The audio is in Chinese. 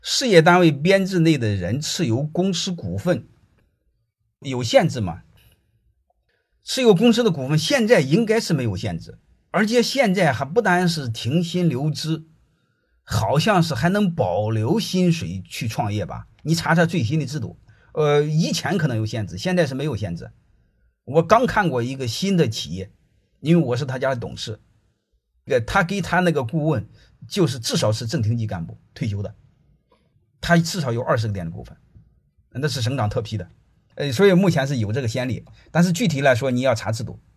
事业单位编制内的人持有公司股份有限制吗？持有公司的股份现在应该是没有限制，而且现在还不单是停薪留职，好像是还能保留薪水去创业吧？你查查最新的制度。以前可能有限制，现在是没有限制。我刚看过一个新的企业，因为我是他家的董事，他给他那个顾问就是至少是正厅级干部退休的，他至少有20个点的股份，那是省长特批的。所以目前是有这个先例，但是具体来说你要查制度。